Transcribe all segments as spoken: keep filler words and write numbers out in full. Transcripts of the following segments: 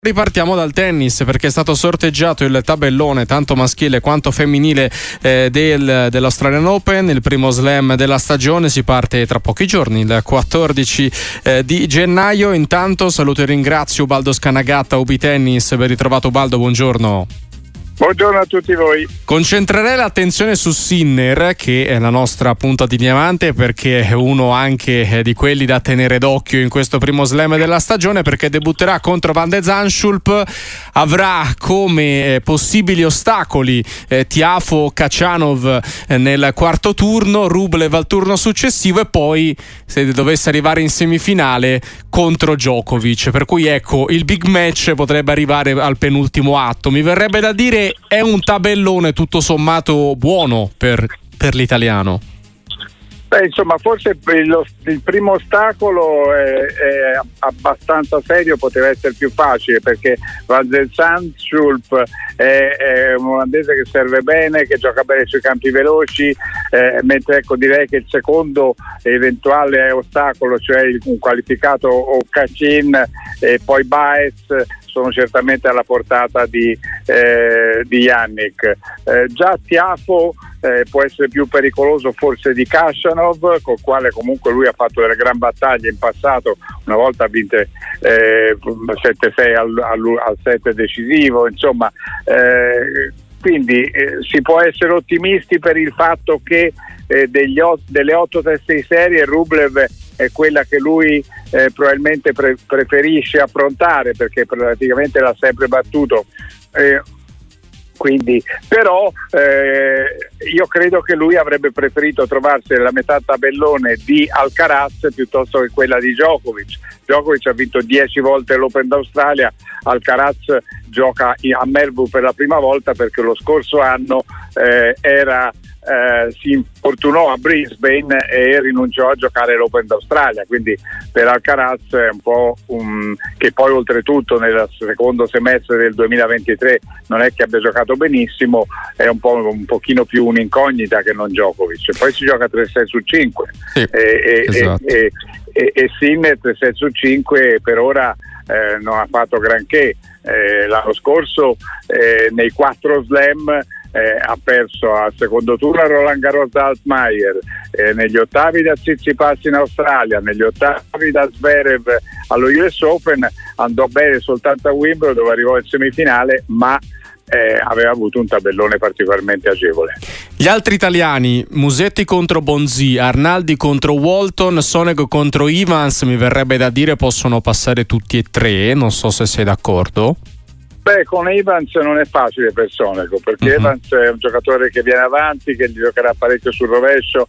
Ripartiamo dal tennis, perché è stato sorteggiato il tabellone tanto maschile quanto femminile eh, del, dell'Australian Open, il primo slam della stagione. Si parte tra pochi giorni, il quattordici eh, di gennaio. Intanto saluto e ringrazio Ubaldo Scanagatta, U B Tennis. Ben ritrovato Ubaldo, buongiorno. Buongiorno a tutti voi. Concentrerei l'attenzione su Sinner, che è la nostra punta di diamante, perché è uno anche di quelli da tenere d'occhio in questo primo slam della stagione, perché debutterà contro Van de Zandschulp. Avrà come eh, possibili ostacoli eh, Tiafoe, Khachanov eh, nel quarto turno, Rublev al turno successivo e poi, se dovesse arrivare in semifinale, contro Djokovic. Per cui ecco, il big match potrebbe arrivare al penultimo atto. Mi verrebbe da dire è un tabellone tutto sommato buono per, per l'italiano. Beh, insomma, forse il, il primo ostacolo è, è abbastanza serio, poteva essere più facile, perché Van de Zandschulp è, è un olandese che serve bene, che gioca bene sui campi veloci, eh, mentre ecco direi che il secondo eventuale ostacolo, cioè il, un qualificato o Cachin e poi Baez, sono certamente alla portata di, eh, di Jannik. Eh, già Tiafoe eh, può essere più pericoloso forse di Khachanov, col quale comunque lui ha fatto delle gran battaglie in passato. Una volta ha vinto eh, sette sei al, al, al set decisivo, insomma, eh, quindi eh, si può essere ottimisti per il fatto che eh, degli ot- delle otto teste di serie Rublev è quella che lui eh, probabilmente pre- preferisce affrontare, perché praticamente l'ha sempre battuto. Eh, quindi, però eh, io credo che lui avrebbe preferito trovarsi nella metà tabellone di Alcaraz piuttosto che quella di Djokovic. Djokovic ha vinto dieci volte l'Open d'Australia, Alcaraz gioca a Melbourne per la prima volta perché lo scorso anno eh, era Eh, si infortunò a Brisbane e rinunciò a giocare l'Open d'Australia, quindi per Alcaraz è un po' un, che poi oltretutto nel secondo semestre del duemilaventitré non è che abbia giocato benissimo, è un po' un pochino più un'incognita che non Djokovic. Poi si gioca tre sei su cinque sì, e, esatto. e, e, e Sinner tre sei su cinque per ora eh, non ha fatto granché. Eh, l'anno scorso eh, nei quattro slam Eh, ha perso al secondo turno a Roland Garros da Altmaier, eh, negli ottavi da Tsitsipas in Australia, negli ottavi da Zverev allo U S Open, andò bene soltanto a Wimbledon dove arrivò in semifinale, ma eh, aveva avuto un tabellone particolarmente agevole. Gli altri italiani: Musetti contro Bonzi, Arnaldi contro Walton, Sonego contro Evans, mi verrebbe da dire possono passare tutti e tre, non so se sei d'accordo. Beh, con Evans non è facile per Sonego, perché uh-huh. Evans è un giocatore che viene avanti, che gli giocherà parecchio sul rovescio,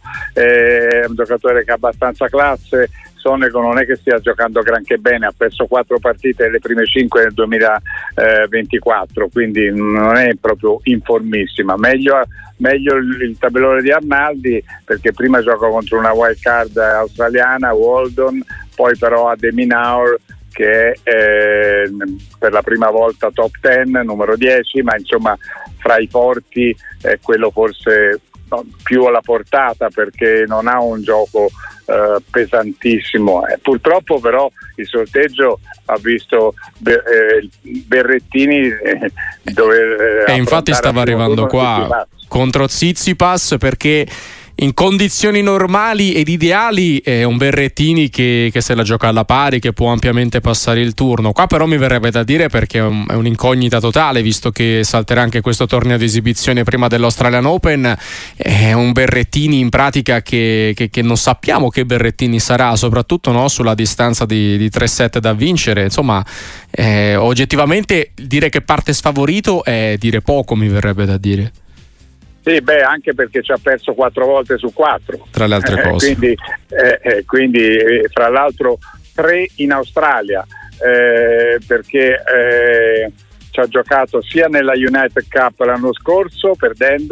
è un giocatore che ha abbastanza classe. Sonego non è che stia giocando granché bene, ha perso quattro partite nelle prime cinque nel duemilaventiquattro, quindi non è proprio informissima. Meglio, meglio il, il tabellone di Arnaldi, perché prima gioca contro una wild card australiana, Waldon, poi però ha De Minaur, che è eh, per la prima volta top dieci, numero dieci, ma insomma fra i forti è quello forse no, più alla portata, perché non ha un gioco eh, pesantissimo. Eh, purtroppo però il sorteggio ha visto eh, Berrettini eh, dove eh, e infatti stava arrivando qua contro Tsitsipas, perché in condizioni normali ed ideali è un Berrettini che, che se la gioca alla pari, che può ampiamente passare il turno. Qua però mi verrebbe da dire, perché è, un, è un'incognita totale, visto che salterà anche questo torneo di esibizione prima dell'Australian Open, è un Berrettini in pratica che, che, che non sappiamo che Berrettini sarà, soprattutto no, sulla distanza di, di tre set da vincere. Insomma, eh, oggettivamente dire che parte sfavorito è dire poco, mi verrebbe da dire. Sì, beh, anche perché ci ha perso quattro volte su quattro, tra le altre eh, cose. Quindi, eh, eh, quindi eh, fra l'altro tre in Australia, eh, perché eh, ci ha giocato sia nella United Cup l'anno scorso perdendo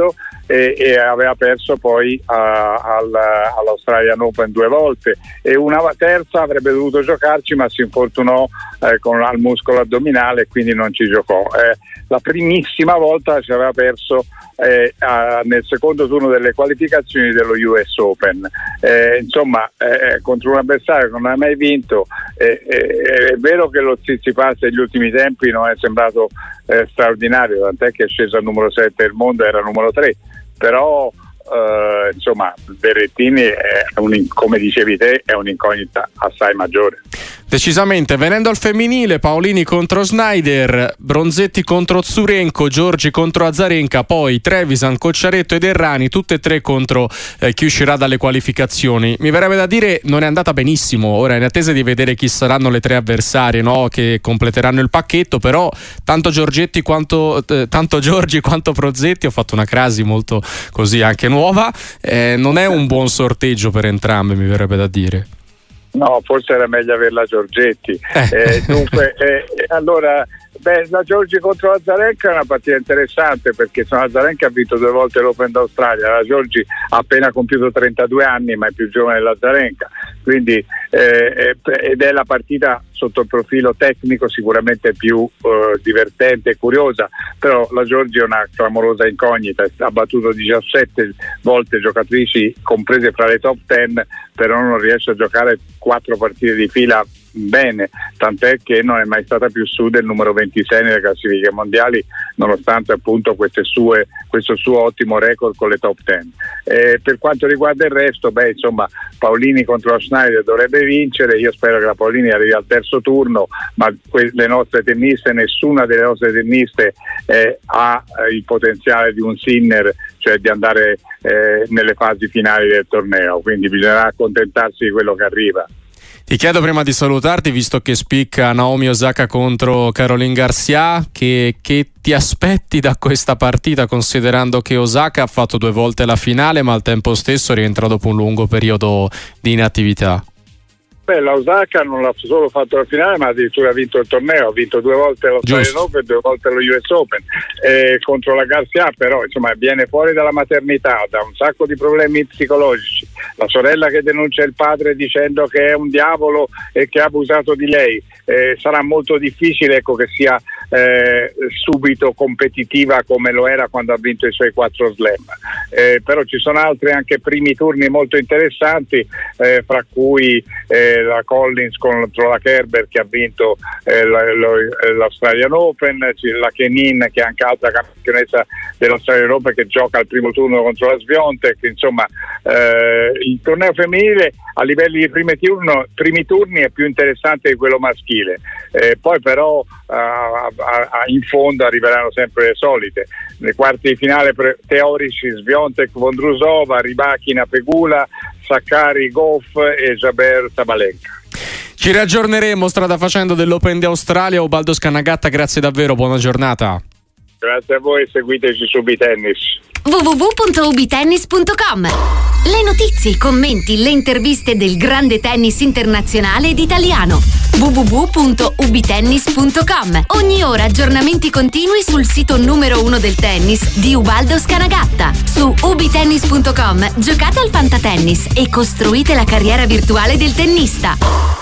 e, e aveva perso poi a, al, all'Australian Open due volte, e una terza avrebbe dovuto giocarci ma si infortunò eh, con al muscolo addominale e quindi non ci giocò. Eh, la primissima volta ci aveva perso eh, a, nel secondo turno delle qualificazioni dello U S Open, eh, insomma eh, contro un avversario che non ha mai vinto. eh, eh, è vero che lo Tsitsipas negli ultimi tempi non è sembrato eh, straordinario, tant'è che è sceso al numero sette del mondo, era numero tre, però Uh, insomma Berrettini è un, come dicevi te, è un'incognita assai maggiore. Decisamente. Venendo al femminile, Paolini contro Snyder, Bronzetti contro Zurenko, Giorgi contro Azarenka, poi Trevisan, Cocciaretto ed Errani, tutte e tre contro eh, chi uscirà dalle qualificazioni. Mi verrebbe da dire non è andata benissimo, ora in attesa di vedere chi saranno le tre avversarie, no, che completeranno il pacchetto, però tanto Giorgetti quanto eh, tanto Giorgi quanto Bronzetti, ho fatto una crasi molto così anche nuova, eh, non è un buon sorteggio per entrambe, mi verrebbe da dire. No, forse era meglio averla Giorgetti. Eh. Eh, dunque, eh, allora, beh, la Giorgi contro Azarenka è una partita interessante, perché insomma, Azarenka ha vinto due volte l'Open d'Australia, la Giorgi ha appena compiuto trentadue anni, ma è più giovane dell'Azarenka, quindi eh, ed è la partita sotto il profilo tecnico sicuramente più eh, divertente e curiosa, però la Giorgi è una clamorosa incognita, ha battuto diciassette volte giocatrici comprese fra le top dieci, però non riesce a giocare quattro partite di fila bene, tant'è che non è mai stata più su del numero ventisei nelle classifiche mondiali, nonostante appunto queste sue, questo suo ottimo record con le top dieci. Eh, per quanto riguarda il resto, beh, insomma, Paolini contro la Schneider dovrebbe vincere, io spero che la Paolini arrivi al terzo turno, ma que- le nostre tenniste, nessuna delle nostre tenniste eh, ha eh, il potenziale di un Sinner, cioè di andare eh, nelle fasi finali del torneo, quindi bisognerà accontentarsi di quello che arriva. Ti chiedo prima di salutarti, visto che spicca Naomi Osaka contro Caroline Garcia, che, che ti aspetti da questa partita, considerando che Osaka ha fatto due volte la finale ma al tempo stesso rientra dopo un lungo periodo di inattività? Beh, la Osaka non ha solo fatto la finale ma addirittura ha vinto il torneo, ha vinto due volte l'Australian Open, due volte lo U S Open, eh, contro la Garcia però insomma viene fuori dalla maternità, da un sacco di problemi psicologici, la sorella che denuncia il padre dicendo che è un diavolo e che ha abusato di lei, eh, sarà molto difficile, ecco, che sia eh, subito competitiva come lo era quando ha vinto i suoi quattro slam, eh, però ci sono altri anche primi turni molto interessanti, eh, fra cui eh, la Collins contro la Kerber che ha vinto eh, la, lo, l'Australian Open, la Kenin che è anche altra campionessa dell'Australian Open che gioca al primo turno contro la Swiatek, insomma eh, il torneo femminile a livelli di primi, turno, primi turni è più interessante di quello maschile, eh, poi però a, a, in fondo arriveranno sempre le solite, nei quarti di finale pre- teorici Swiatek, Vondrousova, Rybakina, Pegula, Sakkari, Goff e Jaber Sabalenka. Ci riaggiorneremo strada facendo dell'Open di Australia. Ubaldo Scannagatta, grazie davvero, buona giornata. Grazie a voi, seguiteci su Ubitennis. w w w punto ubitennis punto com. Le notizie, i commenti, le interviste del grande tennis internazionale ed italiano. w w w punto ubitennis punto com. Ogni ora aggiornamenti continui sul sito numero uno del tennis di Ubaldo Scannagatta. Su ubitennis punto com giocate al fantatennis e costruite la carriera virtuale del tennista.